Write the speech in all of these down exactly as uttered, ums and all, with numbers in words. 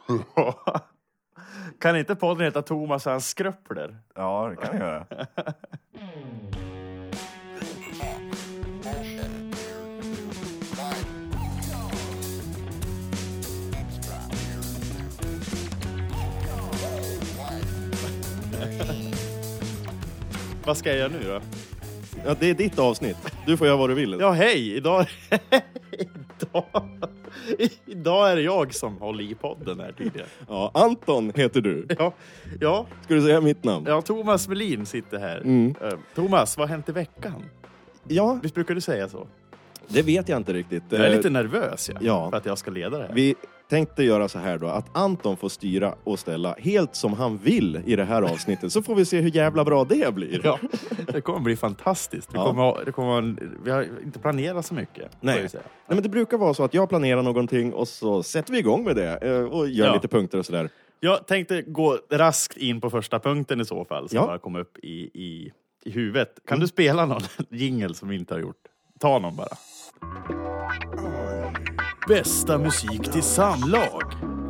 Kan inte podden heta Thomas och hans skröppler? Ja, det kan jag göra. Vad ska jag göra nu då? Ja, det är ditt avsnitt. Du får göra vad du vill. Ja, hej! Idag... Idag... Idag är det jag som håller i podden här tydligen. Ja, Anton heter du. Ja, ja. Ska du säga mitt namn? Ja, Thomas Melin sitter här. Mm. Uh, Thomas, vad har hänt i veckan? Ja, Visst brukar du säga så? det vet jag inte riktigt. Jag är lite nervös ja, ja. för att jag ska leda det här. Vi tänkte göra så här då, att Anton får styra och ställa helt som han vill i det här avsnittet. Så får vi se hur jävla bra det blir. Ja, det kommer bli fantastiskt. Det Ja. kommer, det kommer en, vi har inte planerat så mycket. Nej. Nej, men det brukar vara så att jag planerar någonting och så sätter vi igång med det eh, och gör Ja. lite punkter och sådär. Jag tänkte gå raskt in på första punkten i så fall, som Ja. bara kom upp i, i, i huvudet. Kan mm. du spela någon jingle som vi inte har gjort? Ta någon bara. Bästa musik till samlag.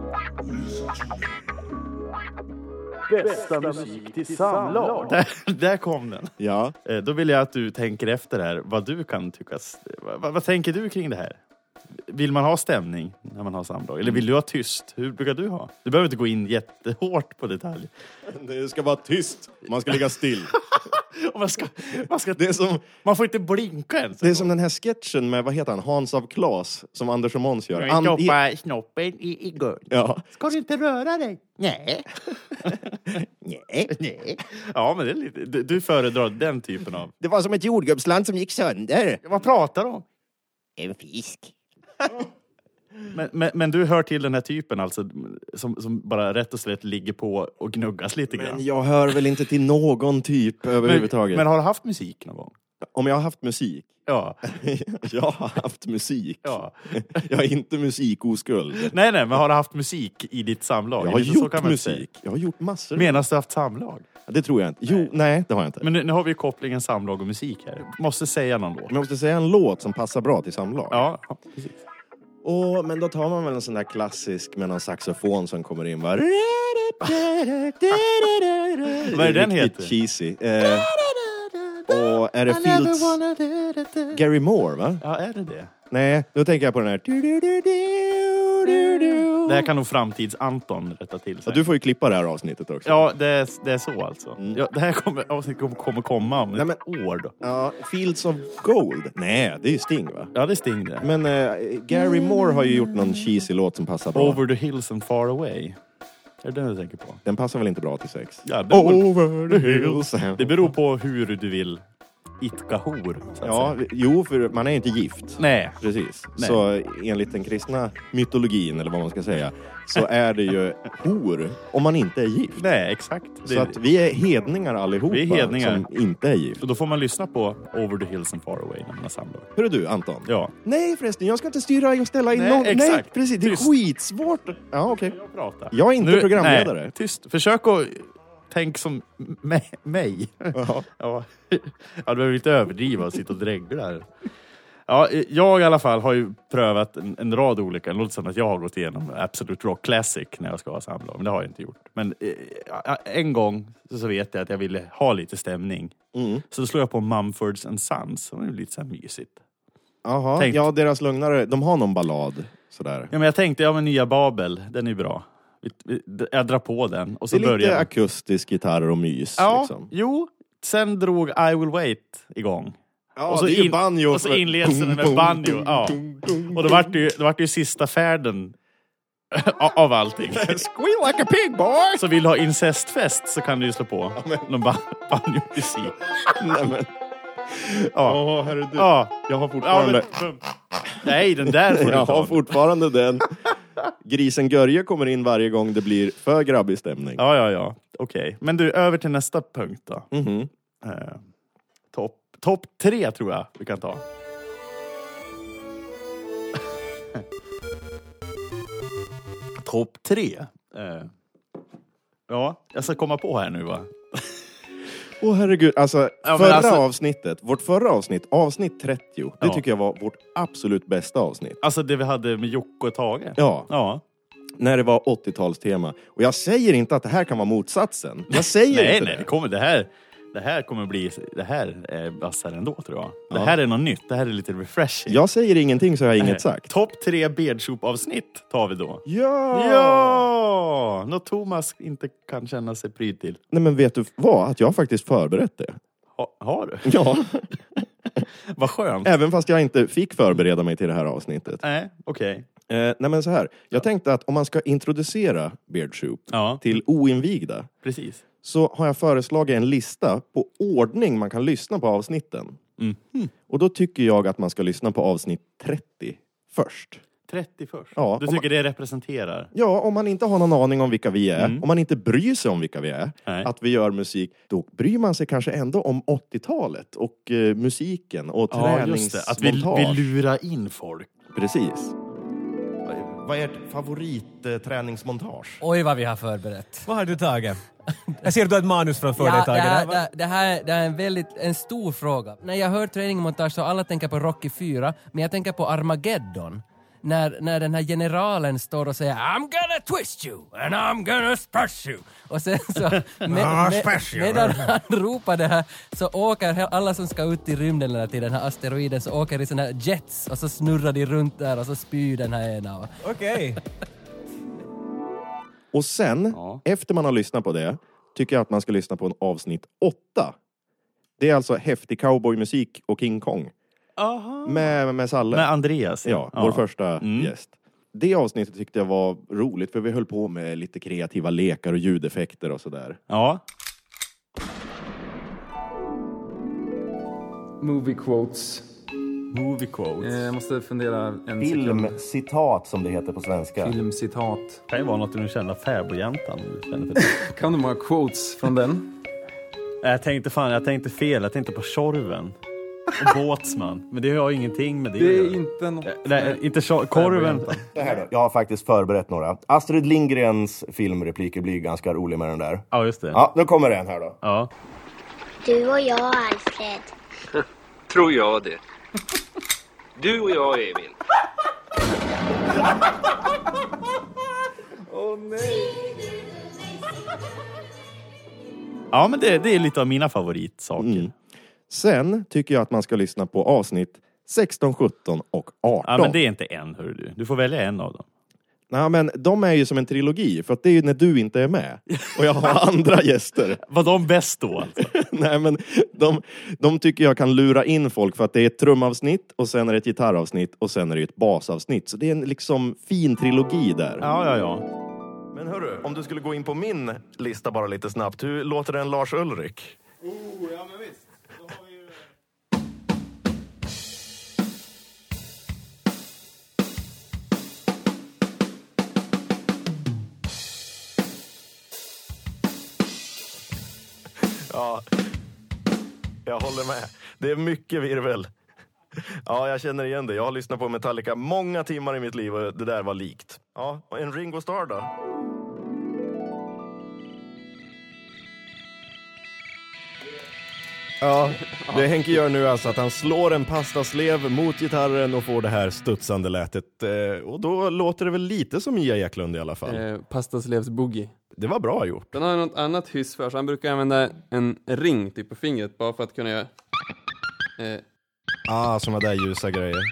Bästa musik till samlag. Där, där kom den. Ja. Eh, Då vill jag att du tänker efter här vad du kan tycka. Vad, vad tänker du kring det här? Vill man ha stämning när man har samlag? Eller vill du ha tyst? Hur brukar du ha? Du behöver inte gå in jättehårt på detalj. Det ska vara tyst. Man ska ligga still. Och man, ska, man, ska, Det är som, man får inte blinka ens. det är som den här sketchen med, vad heter han? Hans av Klas, som Anders och Måns gör. Jag stoppa snoppen i, i guld. Ja. Ska du inte röra dig? Nej. Nej. Nej. Ja, men det är lite, du, du föredrar den typen av... Det var som ett jordgubbsland som gick sönder. Vad pratar du om? En fisk. Men, men, men du hör till den här typen alltså, som, som bara rätt och slätt ligger på och gnuggas lite grann. Men jag hör väl inte till någon typ överhuvudtaget. Men, men har du haft musik någon gång? Om jag har haft musik? Ja. Jag har haft musik. Ja. Jag har inte musikoskuld. Nej, nej, men har du haft musik i ditt samlag? Jag har så gjort kan man musik. säga. Jag har gjort massor. Menas du haft samlag? Det tror jag inte. Jo, nej, nej det har jag inte. Men nu, nu har vi kopplingen samlag och musik här. Måste säga någon låt. Men jag måste säga en låt som passar bra till samlag. Ja, precis. Och, men då tar man väl en sån där klassisk med någon saxofon som kommer in. Va? Vad är den riktigt heter? Cheesy. Eh, och är det Fields... Gary Moore, va? Ja, är det det? Nej, då tänker jag på den här... Det här kan nog framtids-Anton rätta till sig. Ja, du får ju klippa det här avsnittet också. Ja, det är, det är så alltså. Mm. Ja, det här kommer, avsnittet kommer, kommer komma om Nej, men, ett år då. Ja, Fields of Gold. Nej, det är ju Sting, va? Ja, det är Sting det. Men eh, Gary Moore har ju gjort någon cheesy låt som passar bra. Over the hills and far away. Är det den du tänker på? Den passar väl inte bra till sex? Ja, det beror, Over the hills. det beror på hur du vill itka hor. Så att Ja, säga. jo, för man är ju inte gift. Nej. Precis. Nej. Så enligt den kristna mytologin, eller vad man ska säga, så är det ju hor om man inte är gift. Nej, exakt. Så Det, att vi är hedningar allihopa Vi är hedningar. som inte är gift. och då får man lyssna på Over the hills and far away när man har samlag. Hör du, Anton? Ja. Nej, förresten, jag ska inte styra och ställa in Nej, någon. exakt. Nej, precis. Det är Tyst. skitsvårt. Ja, okej. Jag pratar. Jag är inte programledare. Nej, tyst. Försök att tänk som me- mig. Ja. Ja, ja, du behöver inte överdriva och sitta och dregla där. Ja, jag i alla fall har ju prövat en, en rad olika. Det låter som att jag har gått igenom Absolute Rock Classic när jag ska ha samlag. Men det har jag inte gjort. Men eh, en gång så, så vet jag att jag ville ha lite stämning. Mm. Så då slår jag på Mumfords and Sons. Som är lite så här mysigt. Jaha, Tänkt. ja, deras lugnare, de har någon ballad sådär. Ja, men jag tänkte, ja men nya Babel, den är bra. Vi- vi- Jag drar på den. Och så Det är lite börjar akustisk gitarr och mys. Ja, liksom. jo. Sen drog I Will Wait igång. Ja, och så det är ju in- banjo. och så inleds den med banjo, ja. Och då vart det ju, då vart det ju sista färden av allting. Squeal like a pig, boy! Så vill du ha incestfest så kan du ju slå på men- någon ba- banjo-musik. Nej, men... Ja. Åh, herre du. Ja. Jag har Ja, fortfarande... men, nej, den där får du jag har ta. fortfarande den. Grisen Görje kommer in varje gång det blir för grabbig stämning. Ja, ja, ja. Okej. Men du, över till nästa punkt då. Mhm. Eh, Topp top tre tror jag vi kan ta. Topp tre. Eh, ja, jag ska komma på här nu va. Åh herregud, alltså Ja, men förra alltså- avsnittet, vårt förra avsnitt, avsnitt trettio, det Ja. tycker jag var vårt absolut bästa avsnitt. Alltså det vi hade med Jocke och Tage. Ja, Ja. när det var åttiotalstema. Och jag säger inte att det här kan vara motsatsen. Jag säger nej, inte nej, det. det kommer det här. Det här kommer bli, det här är vassare ändå tror jag. Det Ja. här är något nytt, det här är lite refreshing. Jag säger ingenting så jag har inget Nej. sagt. Topp tre Beardsoup-avsnitt tar vi då. Ja! Ja! Något Thomas inte kan känna sig pryd till. Nej men vet du vad? Att jag har faktiskt förberett det. Ha, har du? Ja. Vad skönt. Även fast jag inte fick förbereda mig till det här avsnittet. Nej, okej. Eh, nej men så här. Jag tänkte att om man ska introducera Beardsoup Ja, till oinvigda. precis. Så har jag föreslagit en lista på ordning man kan lyssna på avsnitten. Mm. Och då tycker jag att man ska lyssna på avsnitt trettio först. trettio först. Ja, du om tycker det representerar? Ja, om man inte har någon aning om vilka vi är, Mm. om man inte bryr sig om vilka vi är, Nej. att vi gör musik, då bryr man sig kanske ändå om åttiotalet och eh, musiken och Ja, just det. Att vi, träningsmontage. vi lurar in folk. Precis. Vad är ert favoritträningsmontage? Oj vad vi har förberett. Vad har du tagit? Jag ser att du har ett manus framför dig, Ja, det, Tage. här, va? det, det, här, det här är en väldigt en stor fråga. När jag hör träningsmontage så alla tänker på Rocky fyra, men jag tänker på Armageddon. När, när den här generalen står och säger I'm gonna twist you and I'm gonna smash you. Och sen så med, med, medan han ropar det här så åker he- alla som ska ut i rymden eller till den här asteroiden så åker i såna här jets och så snurrar de runt där och så spyr den här ena. Okej. Och sen, Ja. efter man har lyssnat på det, tycker jag att man ska lyssna på en avsnitt åtta. Det är alltså häftig cowboymusik och King Kong. Aha. Med, med Salle. Med Andreas. Ja, vår första Mm. gäst. Det avsnittet tyckte jag var roligt för vi höll på med lite kreativa lekar och ljudeffekter och sådär. Ja. Movie quotes. Movie quotes. Eh, Jag måste fundera en sekund. Filmcitat som det heter på svenska. Filmcitat. Det kan ju vara något du känner fäbodjäntan. Du känner för det. Kan du många quotes från den? Jag tänkte fan, jag tänkte fel. Jag tänkte på Tjorven. Och Båtsman. Men det har ju ingenting med det. Det att är göra. inte något... Nej, inte tjor- korven. Det här då. Jag har faktiskt förberett några. Astrid Lindgrens filmrepliker blir ganska roliga med den där. Ja, just det. Ja, då kommer den här då. Ja. Du och jag, Alfred. Tror jag det. Du och jag, Emil. Ja, men det, det är lite av mina favoritsaker. Mm. Sen tycker jag att man ska lyssna på avsnitt sexton, sjutton och arton. Ja, men det är inte en, hör du. Du får välja en av dem. Nej, men de är ju som en trilogi, för att det är ju när du inte är med. Och jag har andra gäster. Var de bäst då? Alltså? Nej, men de, de tycker jag kan lura in folk för att det är ett trumavsnitt och sen är det ett gitarravsnitt och sen är det ett basavsnitt. Så det är en liksom fin trilogi där. Ja, ja, ja. Men hörru, om du skulle gå in på min lista bara lite snabbt. Hur låter den Lars Ulrik? Oh, ja, men visst. Då har vi ju... Ja, jag håller med. Det är mycket virvel. Ja, jag känner igen det. Jag har lyssnat på Metallica många timmar i mitt liv och det där var likt. Ja, och en Ringo Starr då? Ja, det Henke gör nu alltså att han slår en pastaslev mot gitarren och får det här studsande lätet. Eh, Och då låter det väl lite som Mia Eklund i alla fall. Eh, Pastaslevs boogie. Det var bra gjort. Den har något annat hyss för sig. Han brukar använda en ring typ på fingret bara för att kunna göra... Eh, Ah, såna där ljusa grejer.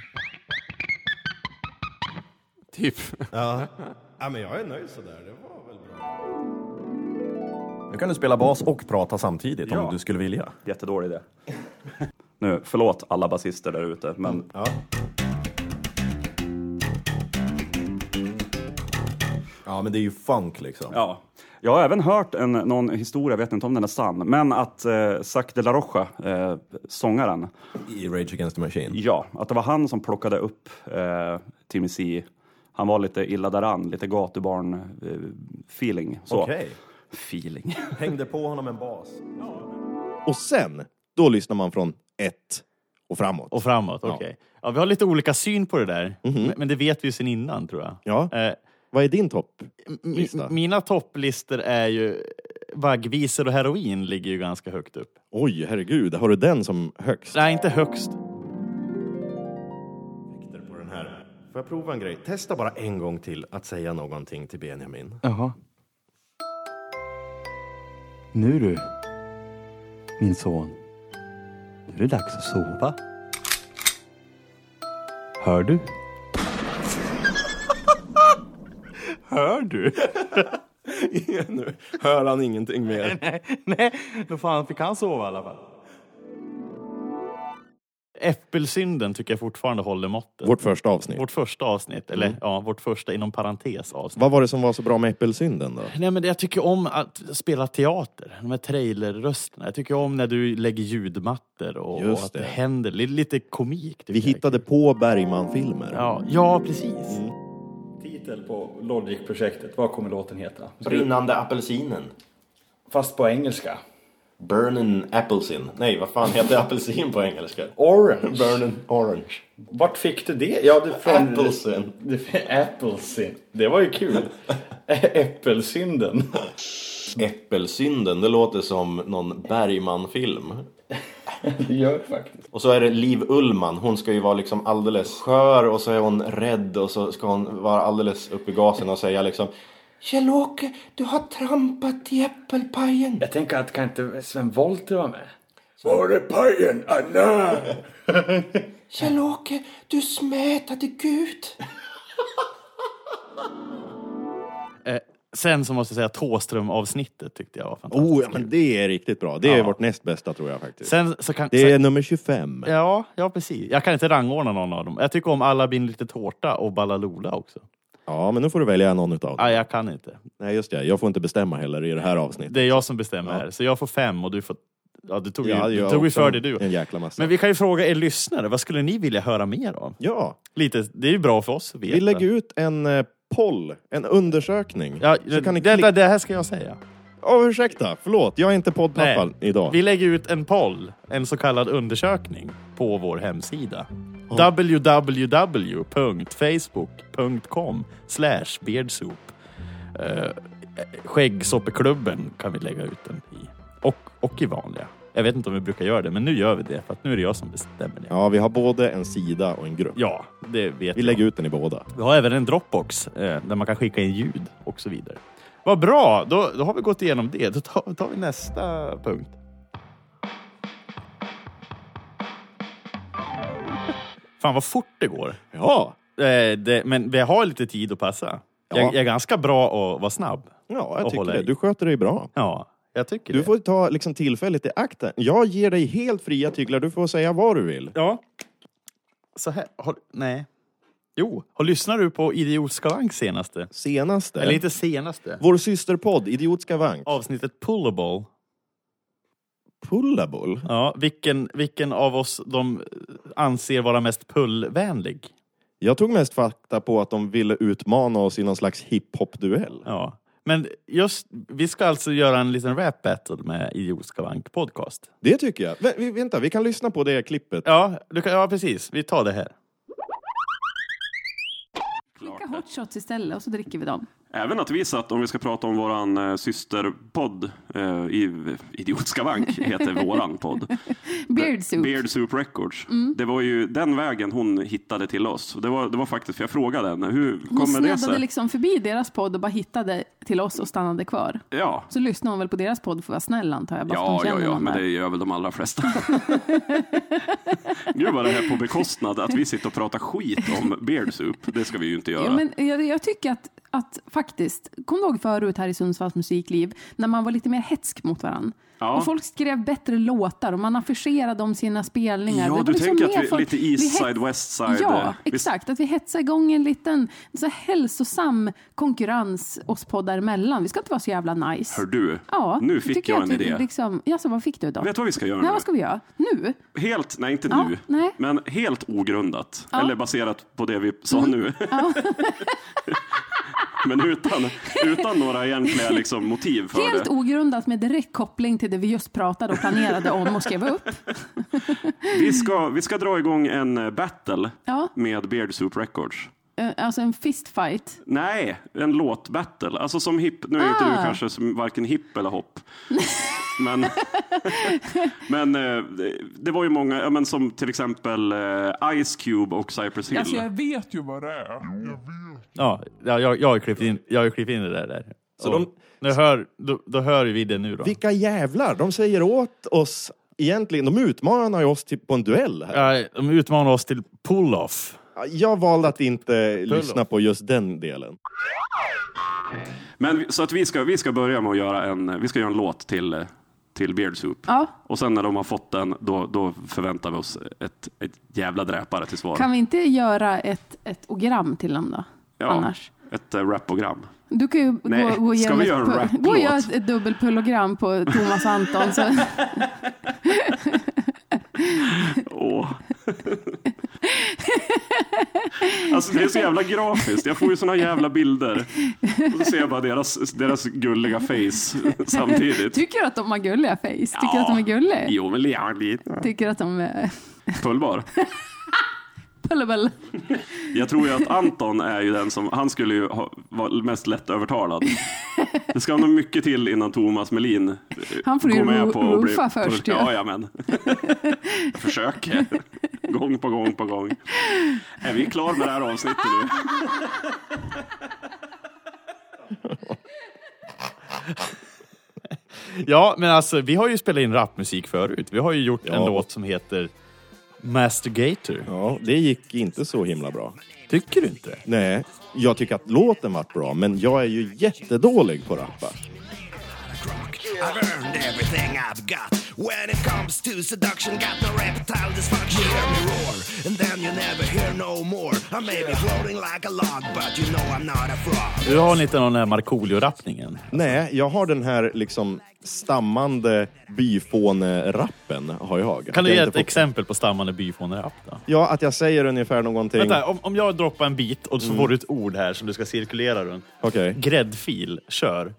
typ. Ja. Ja, men jag är nöjd sådär. Det var väl bra. Nu kan du spela bas och prata samtidigt Ja. om du skulle vilja. Jättedålig idé. Nu, förlåt alla basister där ute, men Ja. Ja, men det är ju funk liksom. ja. Jag har även hört en, någon historia, jag vet inte om den är sann, men att eh, Zac de la Rocha, eh, sångaren, I Rage Against the Machine. ja, att det var han som plockade upp eh, Timmy C. Han var lite illa däran, lite gatubarn-feeling. Eh, så. Okej. Feeling. Hängde på honom en bas. Och sen, då lyssnar man från ett och framåt. Och framåt, okej. Okay. Ja, vi har lite olika syn på det där. Mhm. Men, men det vet vi ju sen innan, tror jag. Ja. Eh, Vad är din topp? m- Lista. mina topplistor är ju... Vaggvisor och heroin ligger ju ganska högt upp. Oj, herregud. Har du den som högst? Nej, inte högst. På den här. Får jag prova en grej? Testa bara en gång till att säga någonting till Benjamin. Jaha. Nu du, min son. Nu är det dags att sova. Hör du? Hör du? Nu hör han ingenting mer. nej, nej, då fan fick han sova i alla fall. Äppelsynden tycker jag fortfarande håller måttet. Vårt första avsnitt. Vårt första avsnitt, eller Mm. ja, vårt första inom parentes avsnitt. Vad var det som var så bra med Äppelsynden då? Nej, men jag tycker om att spela teater, de här trailerrösterna. Jag tycker om när du lägger ljudmattor och, och att det. det händer lite, lite komik. Vi hittade på Bergman-filmer. Ja, ja precis. Mm. Titel på Logic-projektet, vad kommer låten heta? Brinnande apelsinen. Fast på engelska. Burnin' applesin. Nej, vad fan heter apelsin på engelska? Orange. Burnin' orange. Vart fick du det? Ja, det från... Applesin. Applesin. Det var ju kul. Äppelsynden. Äppelsynden, det låter som någon Bergman-film. Det gör det faktiskt. Och så är det Liv Ullmann. Hon ska ju vara liksom alldeles skör och så är hon rädd och så ska hon vara alldeles uppe i gasen och säga liksom: Kjell-Åke, du har trampat i äppelpajen. Jag tänker att kan inte Sven Wollter vara med? Var det pajen, Anna? Kjell-Åke, du smätade Gud. Eh, sen så måste jag säga Tåström-avsnittet tyckte jag var fantastiskt. Oh, ja, men det är riktigt bra. Det är Ja. vårt näst bästa tror jag faktiskt. Sen, så kan, det är sen, nummer tjugofem. Ja, ja, precis. Jag kan inte rangordna någon av dem. Jag tycker om Alla bin lite tårta och Ballalola också. Ja, men nu får du välja någon utav dem. Nej, jag kan inte. Nej, just det. Jag får inte bestämma heller i det här avsnittet. Det är jag som bestämmer Ja. här. Så jag får fem och du får... Ja, du tog ju, Ja, du jag tog ju också för det du. en jäkla massa. Men vi kan ju fråga er lyssnare. Vad skulle ni vilja höra mer om? Ja. Lite, det är ju bra för oss att veta. Vi lägger ut en eh, poll, en undersökning. Ja, så kan ni det, klick- det, det här ska jag säga. Åh, oh, ursäkta. Förlåt, jag är inte poddpappa Nej, idag. Vi lägger ut en poll, en så kallad undersökning på vår hemsida. w w w punkt facebook punkt com slash beardsoup. Uh, Skäggsoppeklubben kan vi lägga ut den i. Och, och i vanliga. Jag vet inte om vi brukar göra det, men nu gör vi det. För att nu är det jag som bestämmer det. Ja, vi har både en sida och en grupp. Ja, det vet Vi jag. lägger ut den i båda. Vi har även en Dropbox eh, där man kan skicka in ljud och så vidare. Vad bra, då, då har vi gått igenom det. Då tar, tar vi nästa punkt. Fan vad fort det går. Ja. Eh, det, men vi har lite tid att passa. Ja. Jag, jag är ganska bra att vara snabb. Ja, jag Och tycker hålla det. i. Du sköter dig bra. Ja, jag tycker Du det. får ta liksom tillfället i akten. Jag ger dig helt fria tyglar. Du får säga vad du vill. Ja. Så här, har, nej. Jo, har lyssnar du på Idiotskavank senaste? Senaste. Eller inte senaste. Vår systerpodd, Idiotska vank. Avsnittet Pullable. Pullable? Ja, vilken, vilken av oss de anser vara mest pullvänlig? Jag tog mest fakta på att de ville utmana oss i någon slags hiphop-duell. Ja, men just, vi ska alltså göra en liten rap battle med Idiotskavank podcast. Det tycker jag. Vä- vi- vänta, vi kan lyssna på det klippet. Ja, du kan, ja, precis. Vi tar det här. Dricka hot shots istället och så dricker vi dem. Även att visa att om vi ska prata om våran eh, systerpodd eh, i Idiotska vank heter våran podd. Beard Soup. Beard Soup Records. Mm. Det var ju den vägen hon hittade till oss. Det var, det var faktiskt, för jag frågade henne, hur Hon kommer det sig? sneddade liksom förbi deras podd och bara hittade till oss och stannade kvar. Ja. Så lyssnade hon väl på deras podd för att vara snäll antar jag. Bara för att Ja, hon ja, känner ja, någon men där. det gör väl de allra flesta. Gud vad det här på bekostnad att vi sitter och pratar skit om Beard Soup. Det ska vi ju inte göra. Ja, men jag, jag tycker att, att faktiskt, kom du ihåg förut här i Sundsvalls musikliv när man var lite mer hetsk mot varandra? Ja. Och folk skrev bättre låtar och man affischerade om sina spelningar. Ja, Det var du liksom tänker mer att vi folk- lite East vi het- Side, West Side. Ja, eh, vi- exakt. Att vi hetsar igång en liten så här hälsosam konkurrens oss poddar emellan. Vi ska inte vara så jävla nice. Hör du, Ja, nu fick tycker jag att en vi idé. Liksom, ja, så vad fick du då? Vet du vad vi ska göra Nej, nu? vad ska vi göra? Nu? Helt, nej inte Ja, nu, nej. men helt ogrundat. Ja. Eller baserat på det vi sa nu. Ja. Men utan, utan några egentliga liksom, motiv för Helt det. ogrundat med direkt koppling till det vi just pratade och planerade om och skrev upp. Vi ska, vi ska dra igång en eh, battle Ja. med Beard Soup Records. Eh, Alltså en fistfight. Nej, en låtbattle. Alltså som hip, nu är inte Ah. du kanske som varken hipp eller hopp. Men, men eh, det var ju många, ja, men som till exempel eh, Ice Cube och Cypress Hill. Alltså jag vet ju vad det är. Ja, ja jag, jag har klippt in, jag har klippt in det där. där. Så de, nu hör, då, då hör vi det nu då. Vilka jävlar, de säger åt oss egentligen, de utmanar ju oss till, på en duell här. Ja, de utmanar oss till pull-off. Jag valde att inte lyssna på just den delen. Men så att vi ska, vi ska börja med att göra en, vi ska göra en låt till, till Beard Soup. Ja. Och sen när de har fått den, då, då förväntar vi oss ett, ett jävla dräpare till svar. Kan vi inte göra ett, ett ogram till dem då? Ja, annars? ett uh, rapprogram. Du kan ju Nej, gå, gå ska vi göra en ett, gå och göra rap-låt? ett, ett dubbelpullogram på Thomas Anton. Så. Åh. Alltså det är så jävla grafiskt. Jag får ju såna jävla bilder. Och så ser jag bara deras, deras gulliga face samtidigt. Tycker du att de har gulliga face? Tycker Ja. du att de är gulliga? Jo, men ja, lite. Tycker du att de är... Pullbar. Pullable. Jag tror ju att Anton är ju den som, han skulle ju ha, vara mest lätt övertalad. Det ska nog mycket till innan Thomas Melin Han får ju går med på att bli roofa först. Ja, ja, men. Jag försöker. Gång på gång på gång. Är vi klar med det här avsnittet nu? Ja, men alltså vi har ju spelat in rapmusik förut. Vi har ju gjort Ja. en låt som heter Mastigator. Ja, det gick inte så himla bra. Tycker du inte? Nej, jag tycker att låten var bra, men jag är ju jättedålig på att rappa. I've earned everything I've got. When it comes to seduction, got no reptile dysfunction. You hear me roar, and then you never hear no more. I may be floating like a log, but you know I'm not a frog. Du har inte någon där Markoolio-rappningen? Nej, jag har den här liksom stammande byfåne-rappen har jag. Kan du jag ge inte ett får- exempel på stammande byfåne-rapp då? Ja, att jag säger ungefär någonting. Vänta, om, om jag droppar en bit och så Mm. får du ett ord här som du ska cirkulera runt. Okej. Gräddfil, kör.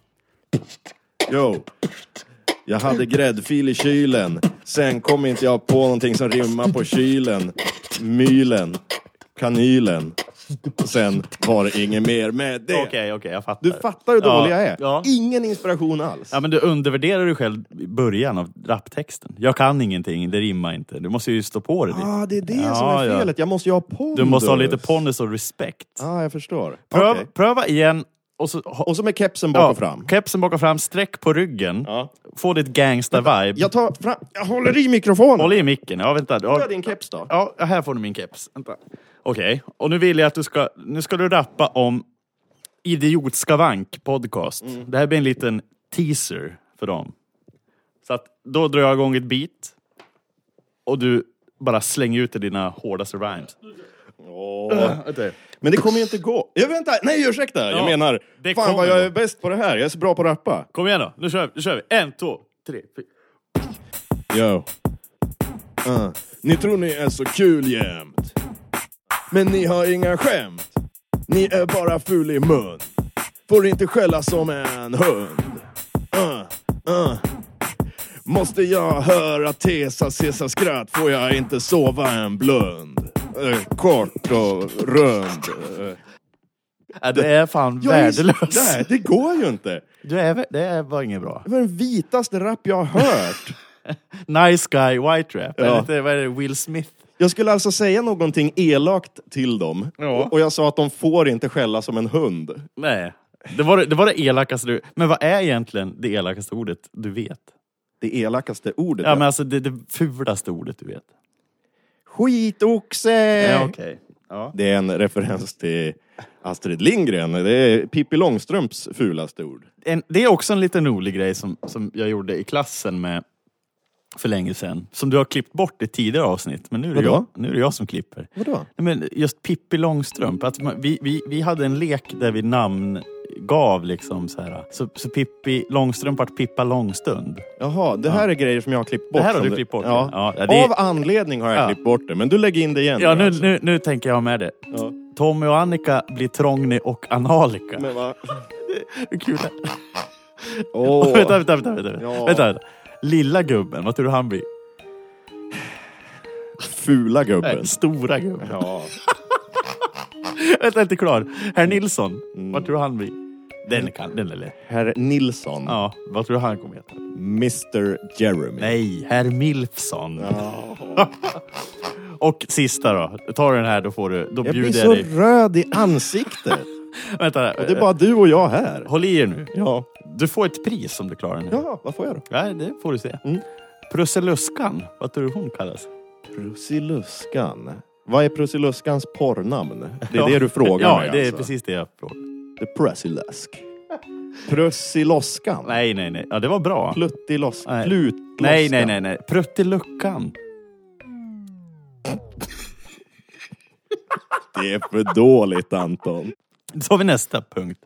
Jo. Jag hade gräddfil i kylen. Sen kom inte jag på någonting som rimmar på kylen. Mylen. Kanylen. Sen var det inget mer med det. Okej, okej, okay, jag fattar. Du fattar hur dålig Ja, jag är. ja. Ingen inspiration alls. Ja, men du undervärderar dig själv i början av raptexten. Jag kan ingenting, det rimmar inte. Du måste ju stå på det lite. Ah, det är det Ja, som är ja. felet. Jag måste ju ha pondus. Du måste ha lite pondus och respekt. Ja, ah, jag förstår. Pröv, Okej. Pröva igen. Och så, och så med kepsen bak och fram. Kepsen bak och fram, sträck på ryggen. Ja. Få ditt gangsta-vibe. Jag tar fram, jag håller i mikrofonen. Håll i micken, ja vänta. Får jag din keps då? Ja, här får du min keps. Vänta. Okej, och nu vill jag att du ska, nu ska du rappa om Idiotskavank podcast. Mm. Det här blir en liten teaser för dem. Så att då drar jag igång ett beat. Och du bara slänger ut dina hårdaste rhymes. Åh. Men det kommer ju inte gå. Jag vänta, nej ursäkta. Ja, jag menar, det fan kommer vad jag gå. är bäst på det här. Jag är så bra på att rappa. Kom igen då, nu kör vi. Nu kör vi. En, två, tre, fyra. Yo. Uh. Ni tror ni är så kul jämt. Men ni har inga skämt. Ni är bara ful i mun. Får inte skälla som en hund. Uh. Uh. Måste jag höra Tesa Cesar skratt, får jag inte sova en blund. Uh, kort och rund. Uh. Ja, det är fan Jag är- värdelös. Nej, det går ju inte. Du är, det var inget bra. Det var den vitaste rap jag har hört. Nice guy, white rap. Ja. Är det, vad är det, Will Smith? Jag skulle alltså säga någonting elakt till dem. Ja. Och, och jag sa att de får inte skälla som en hund. Nej, det var det, det var det elakaste du... Men vad är egentligen det elakaste ordet du vet? Det elakaste ordet? Ja, men alltså det, det fulaste ordet du vet. Skitoxe! Ja, okej. Ja. Det är en referens till Astrid Lindgren. Det är Pippi Långstrumps fulaste ord. En, det är också en liten rolig grej som, som jag gjorde i klassen med för länge sedan. Som du har klippt bort i tidigare avsnitt. Men nu är det, Vadå? jag, nu är det jag som klipper. Vadå? Nej, men just Pippi Långstrump. Att man, vi, vi, vi hade en lek där vi namngav liksom så här. Så, så Pippi Långstrump vart Pippa Långstund. Jaha, det här är grejer som jag har klippt bort. Det här har som du klippt bort, Ja. ja. Ja, det- Av anledning har jag Ja. klippt bort det. Men du lägger in det igen. Ja, nu, alltså. nu, nu tänker jag ha med det. Ja. Tommy och Annika blir Trångny och Analika. Men vad? Hur kul är det? Åh. vänta, vänta, vänta, vänta. Ja. vänta, vänta. Lilla gubben, vad tror du han blir? Fula gubben. Nej, stora gubben. Ja. Vänta, inte klar. Herr Nilsson, vad tror du han blir? Den kan, den är lätt. Herr Nilsson. Ja, vad tror du han kommer heta? mister Jeremy. Nej, herr Milfson. Ja. Och sista då. Tar du den här, då får du... Då jag bjuder blir så jag dig. röd i ansiktet. Vänta. Och det är bara du och jag här. Håll i er nu. Ja. Du får ett pris om du klarar den här. Ja, vad får jag då? Ja, det får du se. Mm. Prussiluskan. Vad tror du hon kallas? Prussiluskan. Vad är Prussiluskans porrnamn? Det är ja. det du frågar ja, mig. Ja, det är alltså. precis det jag frågar. The Prussilusk. Prussiloskan. Nej, nej, nej. Ja, det var bra. Pluttilosk. Nej. Plutloskan. Nej, nej, nej, nej. Pruttiluckan. Det är för dåligt, Anton. Så har vi nästa punkt.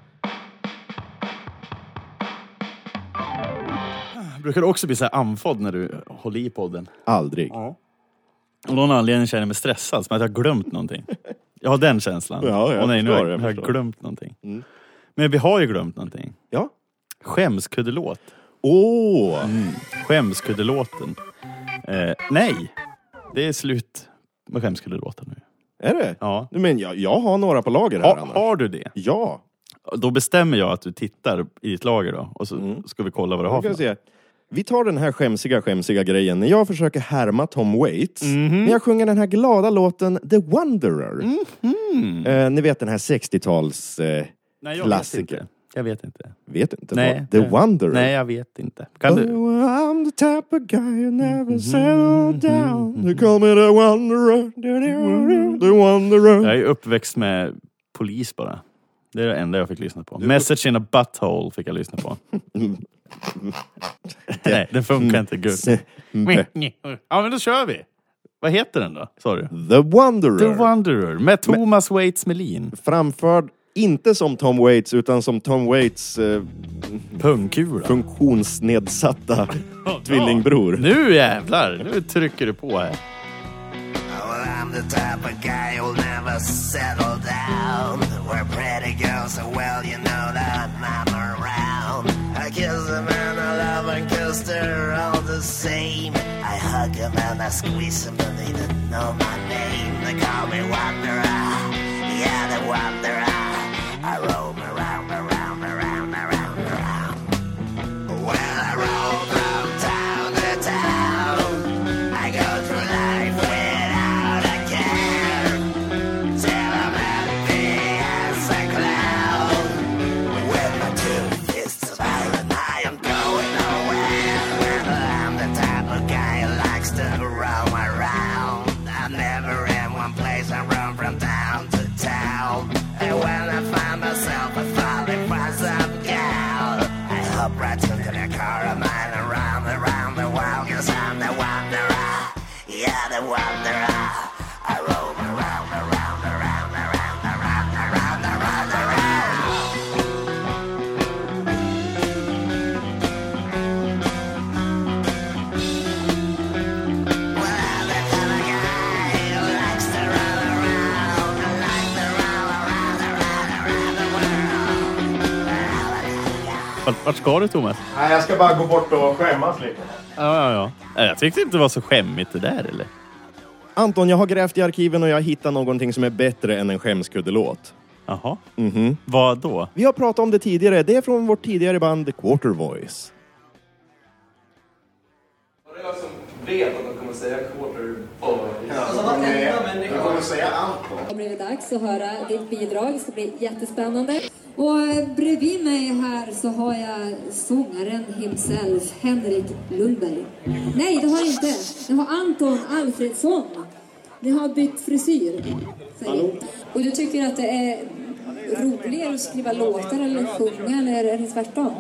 Brukar du också bli så här andfådd när du håller i podden? Aldrig. Ja. Och någon anledning känner jag mig stressad, som att jag har glömt någonting. Jag har den känslan. Ja, jag och nej, nu förstår, har jag, jag jag förstår. glömt någonting. Mm. Men vi har ju glömt någonting. Ja. Skämskuddelåt. Åh! Oh. Mm. Skämskuddelåten. Eh, nej, det är slut med skämskuddelåten nu. Är det? Ja. Men jag, jag har några på lager här. Ha, har du det? Ja. Då bestämmer jag att du tittar i ditt lager då. Och så mm. ska vi kolla vad du har för se. Vi tar den här skämsiga, skämsiga grejen. När jag försöker härma Tom Waits. Mm-hmm. När jag sjunger den här glada låten The Wanderer. Mm-hmm. Eh, ni vet den här sextio-tals eh, Nej, jag klassiker. Vet inte. Jag vet inte. Vet du inte? Nej, The nej. Wanderer. Nej, jag vet inte. Kan du? Oh, I'm the type of guy who never settled down. They call me the Wanderer. The Wanderer. Jag är uppväxt med Polis bara. Det är det enda jag fick lyssna på. Message in a butthole fick jag lyssna på. Nej, den funkar inte gud. Ja, men då kör vi. Vad heter den då? Sa du? The Wanderer. The Wanderer. Med Thomas Waits Melin. Framförd inte som Tom Waits utan som Tom Waits eh, pungkula. Funktionsnedsatta tvillingbror. Nu jävlar, nu trycker du på här. I'm the type of guy who'll never settle down. Where pretty girls are well, you know that I'm around. I kiss them and I love and kissed her all the same. I hug them and I squeeze them, but they didn't know my name. They call me Wanderer, yeah, the Wanderer. I roam around, around, around, around, around. Well, I roam from town to town. I go through life without a care. Till I'm happy as a clown. With my two fists of iron, I am going nowhere. Well, I'm the type of guy who likes to roam around. I'm never in one place, I roam from town to town. And when I find myself a falling for some gal, I hop right into the car of mine and round and round the world, 'cause I'm the Wanderer, yeah, the Wanderer. I roam around, around, around, around, around, around, around, around. Well, I'm the kind of guy who likes to run around, I like to run around, around, around the world. Vart, vart ska du, Thomas? Nej, jag ska bara gå bort och skämmas lite. Ja, ja, ja. Nej, jag tyckte inte det var så skämmigt det där, eller? Anton, jag har grävt i arkiven och jag har hittat någonting som är bättre än en skämskuddelåt. Jaha. Mhm. Vad då? Vi har pratat om det tidigare. Det är från vårt tidigare band The Quarter Voice. Var det jag som vet att de kommer säga quarter boy? Alltså varenda människa. Jag kommer säga Anton. Det blir dags att höra ditt bidrag. Det ska bli jättespännande. Och bredvid mig här så har jag sångaren himself, Henrik Lundberg. Nej, det har jag inte. Jag har Anton Alfredsson. Ni har bytt frisyr. Säger. Och du tycker att det är roligare att skriva låtar eller sjunga, eller är det tvärtom?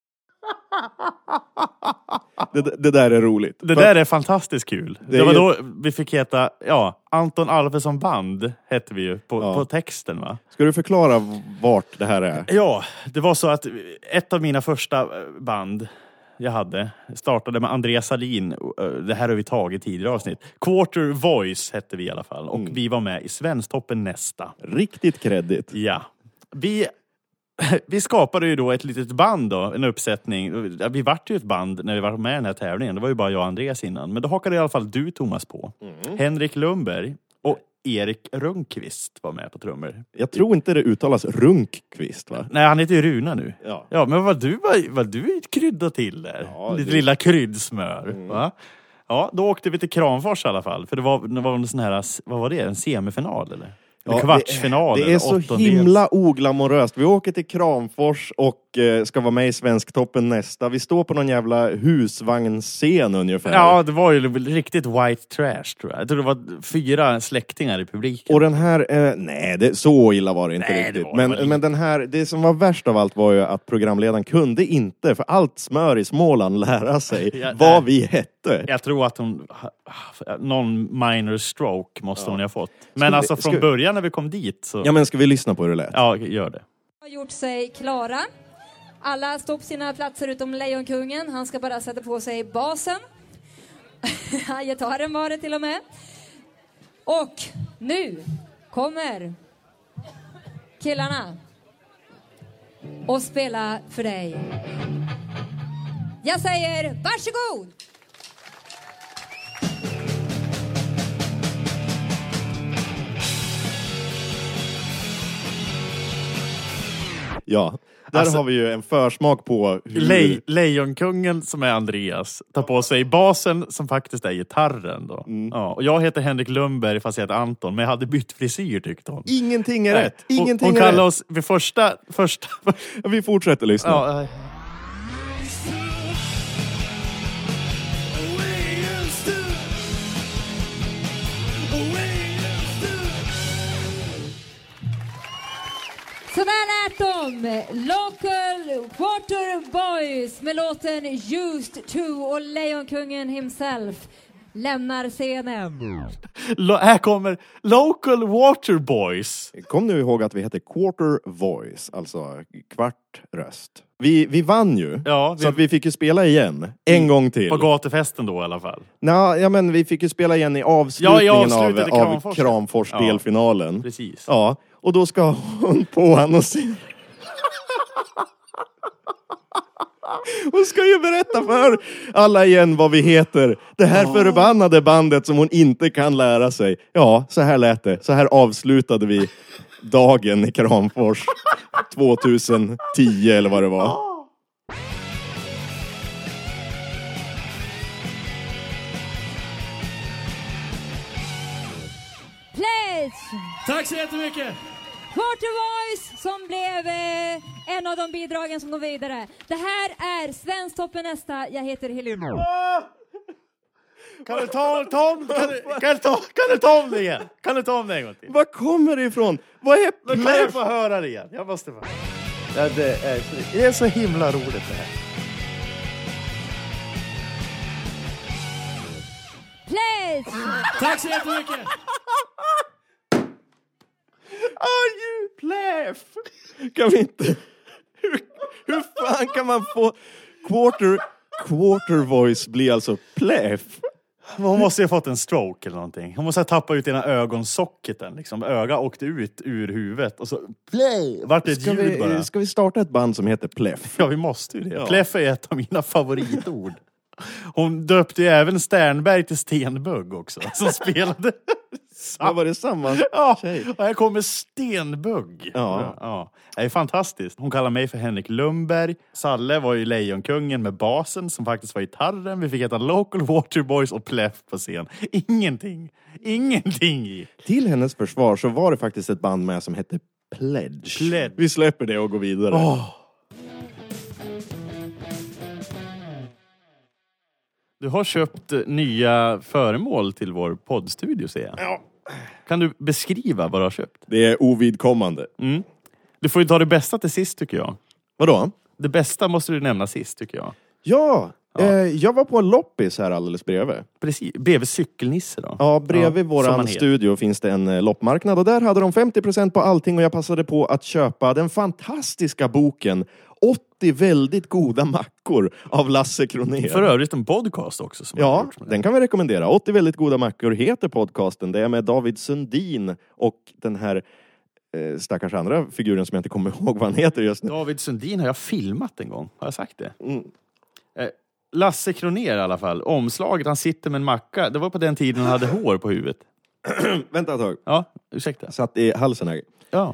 Det, det där är roligt. Det där är fantastiskt kul. Det, Det var är- då vi fick heta, ja, Anton Alfredsson Band hette vi ju på, Ja. på texten, va? Ska du förklara vart det här är? Ja, det var så att ett av mina första band jag hade startade med Andreas Salin. Det här har vi tagit i tidigare avsnitt. Quarter Voice hette vi i alla fall. Och Mm. vi var med i Svensktoppen nästa. Riktigt kreddigt. Ja. Vi, vi skapade ju då ett litet band då, en uppsättning. Vi vart ju ett band när vi var med i den här tävlingen. Det var ju bara jag och Andreas innan. Men då hakade i alla fall du, Thomas, på. Mm. Henrik Lundberg. Och Erik Rönnqvist var med på trummor. Jag tror inte det uttalas Runkqvist, va? Nej, han heter ju Runa nu. Ja, ja men vad du, vad, vad du krydda till där. Ja, Ditt det... lilla kryddsmör. Mm. Va? Ja, då åkte vi till Kramfors i alla fall. För det var, det var en sån här, vad var det? En semifinal eller? Ja, kvartsfinal. Det, det är så himla oglamoröst. Vi åker till Kramfors och eh, ska vara med i Svensktoppen nästa. Vi står på någon jävla husvagnsscen ungefär. Ja, det var ju riktigt white trash tror jag. Jag tror det var fyra släktingar i publiken. Och den här, eh, nej, det, så illa var det inte nej, riktigt. Det var, men, det var men den här, det som var värst av allt var ju att programledaren kunde inte, för allt smör i Småland, lära sig ja, vad vi hette. Jag tror att hon, någon minor stroke måste ja. hon ha fått. Men ska alltså vi, från ska... början när vi kom dit så... Ja, men ska vi lyssna på hur det lät? Ja, gör det. Har gjort sig klara. Alla står på sina platser utom Lejonkungen. Han ska bara sätta på sig basen. Gitarren var det till och med. Och nu kommer killarna och spela för dig. Jag säger varsågod! Ja, där alltså, har vi ju en försmak på hur... Le- Lejonkungen som är Andreas tar på sig basen som faktiskt är gitarren då. Mm. Ja, och jag heter Henrik Lundberg fast jag heter Anton, men jag hade bytt frisyr tyckte hon. Ingenting är Nej. rätt. Ingenting hon är kallar rätt. oss vid första... första... vi fortsätter lyssna. Ja, Så där lät de, Local Water Boys med låten Used To, och Lejonkungen himself lämnar scenen. Lo- här kommer Local Water Boys. Kom nu ihåg att vi heter Quarter Voice, alltså kvart röst. Vi, vi vann ju, ja, vi... så att vi fick ju spela igen en gång till. På gatufesten då i alla fall. Nå, ja, men vi fick ju spela igen i avslutningen ja, av, Kramfors. av Kramfors delfinalen. Ja, precis. Ja. Och då ska hon på han och se... Hon ska ju berätta för alla igen vad vi heter. Det här oh. förbannade bandet som hon inte kan lära sig. Ja, så här lät det. Så här avslutade vi dagen i Kramfors tjugohundratio eller vad det var. Oh. Tack så jättemycket! Quarter Voice som blev eh, en av de bidragen som går vidare. Det här är Svensktoppen nästa. Jag heter Helena. Oh! Kan du ta, Tom? Kan du, kan, du ta, kan du ta om det igen? Kan du ta om det en gång till? Var kommer det ifrån? Vad är Då kan jag få höra det igen. Jag måste få. Ja, det, är, det är så himla roligt det här. Please! Tack så jättemycket! Are you pleff? Kan vi inte... Hur, hur fan kan man få quarter, quarter voice bli alltså pleff? Hon måste ju ha fått en stroke eller någonting. Hon måste ha tappat ut ena ögonsocketen. Liksom. Öga åkte ut ur huvudet. Och så play! Vart det ett ska ljud vi, bara. Ska vi starta ett band som heter Pleff? Ja, vi måste ju det. Ja. Pleff är ett av mina favoritord. Hon döpte ju även Sternberg till Stenbugg också. Som spelade... Vad var det samma ja, tjej? Och här kommer Stenbugg. Ja. Ja. Det är fantastiskt. Hon kallar mig för Henrik Lundberg. Salle var ju Lejonkungen med basen som faktiskt var gitarren. Vi fick heta Local Water Boys och Pleff på scen. Ingenting. Ingenting i. Till hennes försvar så var det faktiskt ett band med som hette Pledge. Pledge. Vi släpper det och går vidare. Oh. Du har köpt nya föremål till vår poddstudio, ser jag. Ja. Kan du beskriva vad du har köpt? Det är ovidkommande. Mm. Du får ju ta det bästa till sist, tycker jag. Vadå? Det bästa måste du nämna sist, tycker jag. Ja, ja. Eh, jag var på en loppis här alldeles bredvid. Precis, bredvid Cykelnisse då. Ja, bredvid ja, våran studio finns det en eh, loppmarknad. Och där hade de femtio procent på allting. Och jag passade på att köpa den fantastiska boken åttio väldigt goda mackor av Lasse Kronér. För övrigt en podcast också. Som ja, den kan vi rekommendera. åttio väldigt goda mackor heter podcasten. Det är med David Sundin och den här eh, stackars andra figuren som jag inte kommer ihåg vad han heter just nu. David Sundin har jag filmat en gång. Har jag sagt det? Mm. Eh, Lasse Kronér i alla fall. Omslaget, han sitter med en macka. Det var på den tiden han hade hår på huvudet. Vänta ett tag. Ja, ursäkta. Satt i halsen här. Ja.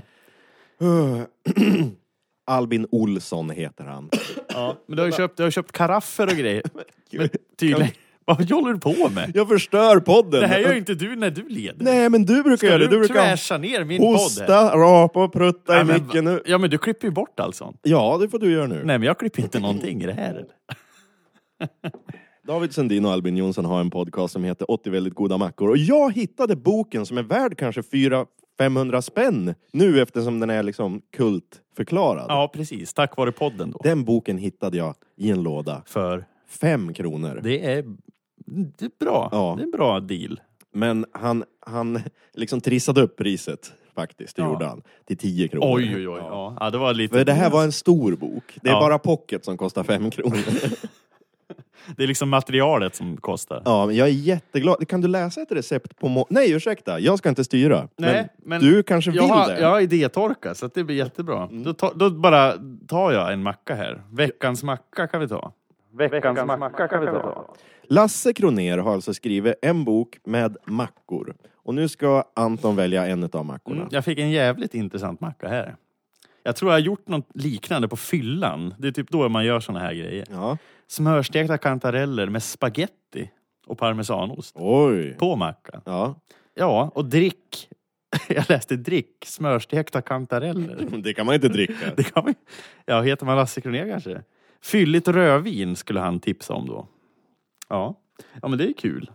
Albin Olsson heter han. Ja, men du har ju köpt, du har köpt karaffer och grejer. Men tydligen. Vad håller du på med? Jag förstör podden. Det här gör ju inte du när du leder. Nej, men du brukar Ska göra det. Du du brukar trasha ner min hosta, podd här? rapa och prutta Ja, i men, micken nu. ja, men du klipper ju bort allt sånt. Ja, det får du göra nu. Nej, men jag klipper inte någonting i det här. Eller? David Sundin och Albin Jonsson har en podcast som heter åttio väldigt goda mackor. Och jag hittade boken som är värd kanske fyra till femhundra spänn nu eftersom den är liksom kultförklarad. Ja, precis. Tack vare podden då. Den boken hittade jag i en låda. För? Fem kronor. Det är, det är bra. Ja. Det är en bra deal. Men han, han liksom trissade upp priset faktiskt. Det Ja. gjorde han. Till tio kronor. Oj, oj, oj. Ja. Ja, det var lite... För det här var en stor bok. Det är Ja. bara pocket som kostar fem kronor. Det är liksom materialet som kostar. Ja, men jag är jätteglad. Kan du läsa ett recept på... Må- Nej, ursäkta. Jag ska inte styra. Nej, men, men du kanske vill jag har, det. Jag har idétorka, så att det blir jättebra. Mm. Då, ta, då bara tar jag en macka här. Veckans macka kan vi ta. Veckans, Veckans macka kan vi ta. Lasse Kroner har alltså skrivit en bok med mackor. Och nu ska Anton välja en av mackorna. Mm, jag fick en jävligt intressant macka här. Jag tror jag har gjort något liknande på fyllan. Det är typ då man gör såna här grejer. Ja. Smörstekta kantareller med spaghetti och parmesanost. Oj. På mackan. Ja. Ja, och drick. Jag läste drick. Smörstekta kantareller. Det kan man inte dricka. Det kan man. Ja, heter man Lasse Kroner kanske? Fylligt rödvin skulle han tipsa om då. Ja, ja men det är kul.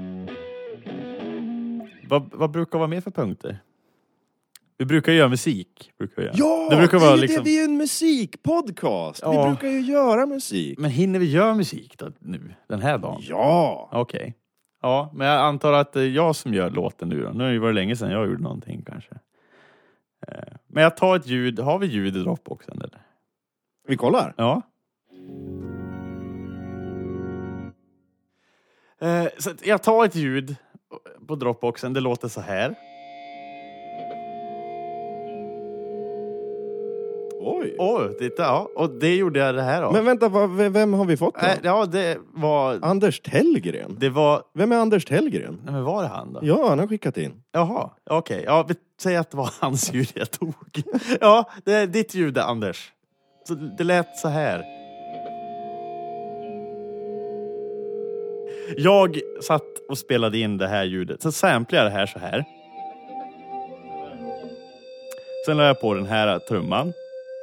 Vad, vad brukar vara med för punkter? Vi brukar göra musik. Brukar vi göra. Ja, det brukar det vara är liksom... det, vi är en musikpodcast. Ja. Vi brukar ju göra musik. Men hinner vi göra musik då, nu? Den här dagen? Ja. Okej. Okay. Ja, men jag antar att det är jag som gör låten nu då. Nu har det ju varit länge sedan jag gjorde någonting kanske. Men jag tar ett ljud. Har vi ljud i Dropboxen eller? Vi kollar. Ja. Eh, så jag tar ett ljud på Dropboxen. Det låter så här. Oj. Oj, titta. Ja. Och det gjorde jag det här av. Men vänta, vad, vem har vi fått då? Eh, ja, det var... Anders Tellgren. Det var... Vem är Anders Tellgren? Nej, men var det han då? Ja, han har skickat in. Jaha, okej. Okay. Ja, vi säger att det var hans ljud jag tog. Ja, det är ditt ljud, Anders. Så det lät så här. Jag satt och spelade in det här ljudet. Så samplade jag det här så här. Sen la jag på den här trumman.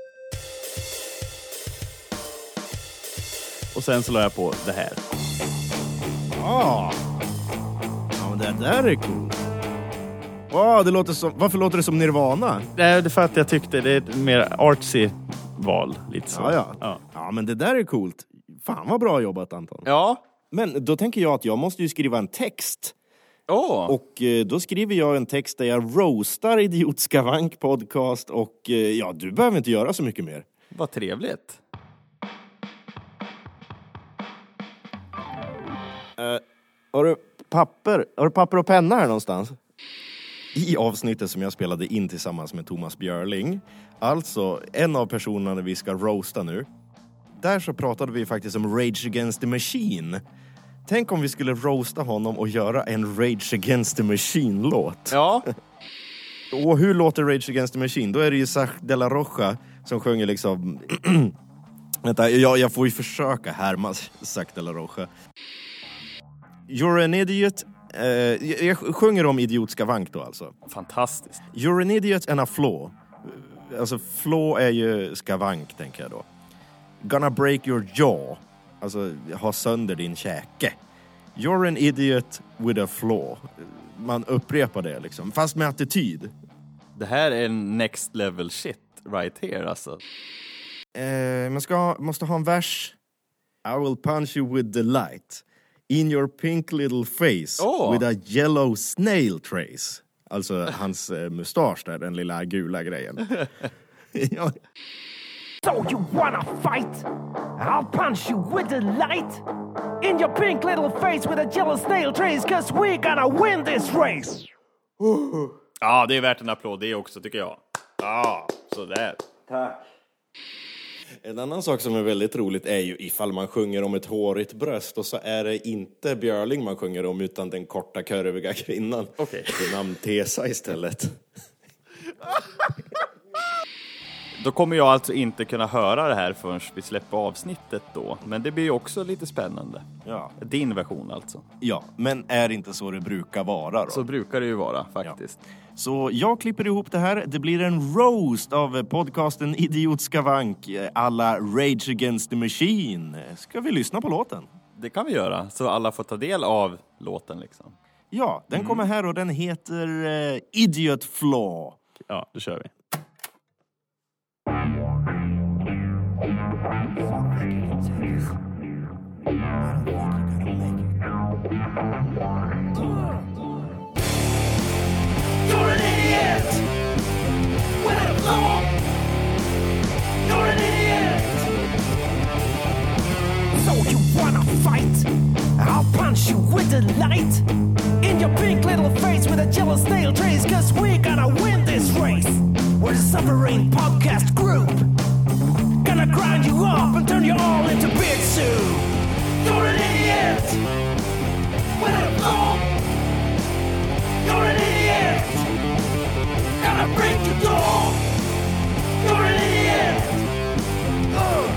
Och sen så la jag på det här. Ah. Ja, men det där är cool. Wow, det låter som, varför låter det som Nirvana? Det är för att jag tyckte det är ett mer artsy val. Lite så. Ja, ja. Ja. Ja, men det där är coolt. Fan vad bra jobbat, Anton. Ja. Men då tänker jag att jag måste ju skriva en text. Oh. Och eh, då skriver jag en text där jag roastar Idiotskavank podcast. Och eh, ja, du behöver inte göra så mycket mer. Vad trevligt. Uh, har du papper? Har du papper och penna här någonstans? I avsnittet som jag spelade in tillsammans med Thomas Björling, alltså en av personerna vi ska roasta nu, där så pratade vi faktiskt om Rage Against the Machine. Tänk om vi skulle roasta honom och göra en Rage Against the Machine-låt. Ja. Och hur låter Rage Against the Machine? Då är det ju Zach de la Rocha som sjunger liksom... Vänta, jag, jag får ju försöka härma Zach de la Rocha. You're an idiot. Uh, jag sjunger om idiotskavank då alltså. Fantastiskt. You're an idiot and a flaw. Alltså flaw är ju skavank, tänker jag då. Gonna break your jaw. Alltså ha sönder din käke. You're an idiot with a flaw. Man upprepar det liksom, fast med attityd. Det här är next level shit right here alltså. Uh, man ska, måste ha en vers. I will punch you with the light. In your pink little face oh. with a yellow snail trace. Alltså hans eh, mustasch där, den lilla gula grejen. Ja. So you wanna fight? I'll punch you with the light. In your pink little face with a yellow snail trace. Cause we're gonna win this race. Ja, det är värt en applåd det också tycker jag. Ja, sådär. Tack. En annan sak som är väldigt roligt är ju ifall man sjunger om ett hårigt bröst och så är det inte Björling man sjunger om utan den korta kurviga kvinnan. Okej. Det är namn Tesa istället. Då kommer jag alltså inte kunna höra det här förrän vi släpper avsnittet då. Men det blir ju också lite spännande. Ja. Din version alltså. Ja, men är det inte så det brukar vara då? Så brukar det ju vara faktiskt. Ja. Så jag klipper ihop det här. Det blir en roast av podcasten Idiotskavank alla Rage Against the Machine. Ska vi lyssna på låten? Det kan vi göra, så alla får ta del av låten liksom. Ja, den kommer här och den heter uh, Idiot Flaw. Ja, då kör vi. You're an idiot! With a flaw! You're an idiot! So you wanna fight? I'll punch you with the light in your pink little face with a yellow snail trace, cause we're gonna win this race. We're the Suffering Podcast Group. Gonna grind you up and turn you all into beard soup. You're an idiot! With a flaw! You're an idiot! Gonna break your door! You're an idiot! Ugh.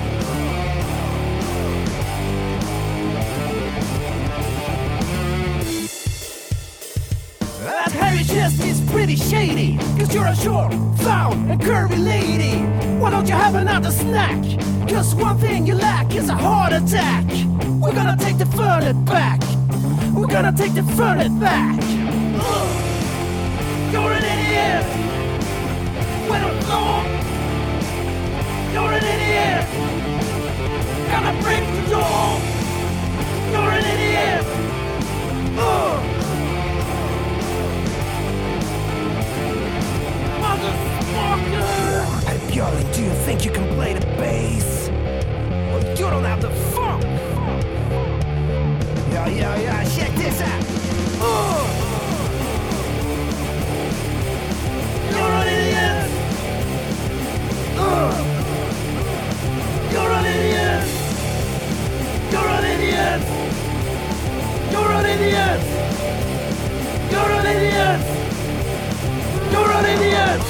That hairy chest is pretty shady, cause you're a short, foul, and curvy lady. Why don't you have another snack? Cause one thing you lack is a heart attack. We're gonna take the fun back. We're gonna take the fun back. Ugh. You're an idiot! With a flaw! You're an idiot! Gonna break the door! You're an idiot! Ugh. Motherfucker! Hey, Björling, do you think you can play the bass? Well, you don't have the funk! Yeah, yeah, yeah, check this out! Ugh. You're an idiot! Ugh. You're an idiot! You're an idiot! You're an idiot! You're an idiot! You're an idiot!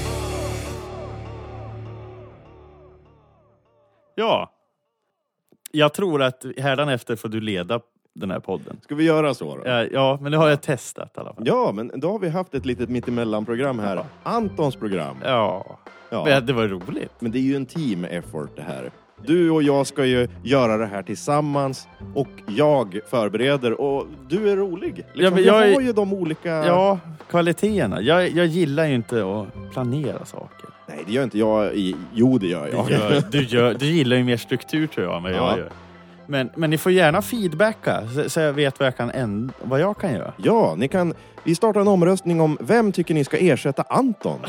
Ja. Jag tror att hädanefter får du leda den här podden. Ska vi göra så då? Ja, ja, men det har jag testat i alla fall. Ja, men då har vi haft ett litet mittemellan-program här. Antons program. Ja. Ja. Men det var roligt. Men det är ju en team effort det här. Du och jag ska ju göra det här tillsammans. Och jag förbereder. Och du är rolig. Liksom, ja, men jag jag har ju de olika... Ja, kvaliteterna. Jag, jag gillar ju inte att planera saker. Nej, det gör inte jag. I... Jo, det gör jag. Du, gör, du, gör, du gillar ju mer struktur tror jag än vad jag Ja. gör. Men, men ni får gärna feedbacka så, så jag vet vad jag kan, änd- vad jag kan göra. Ja, ni kan... Vi startar en omröstning om vem tycker ni ska ersätta Anton.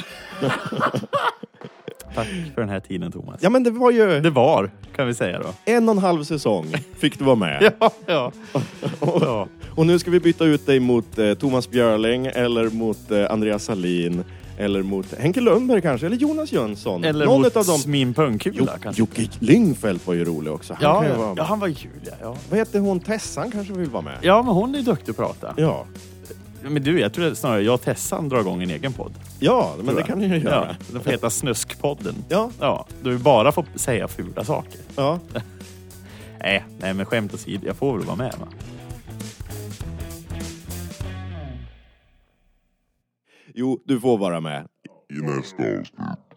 Tack för den här tiden, Thomas. Ja, men det var ju... Det var, kan vi säga då. En och en halv säsong fick du vara med. ja, ja. och, ja. och nu ska vi byta ut dig mot eh, Thomas Björling eller mot eh, Andreas Salin eller mot Henke Lundberg kanske, eller Jonas Jönsson. Eller Någon mot av dem. Min pungkula jo, kanske. Jocke Lyngfeldt var ju rolig också. Han Ja, kan ju ja, vara ja, han var kul. Ja, ja. Vad heter hon? Tessan kanske vill vara med? Ja, men hon är duktig att prata. Ja. Men du, jag tror snarare jag och Tessan drar igång en egen podd. Ja, men det kan ni ju göra. Ja, den får heta Snuskpodden. Ja. Ja, du bara får säga fula saker. Ja. nej, nej, men skämt åsido, jag får väl vara med, va? Jo, du får vara med. I nästa avsnitt.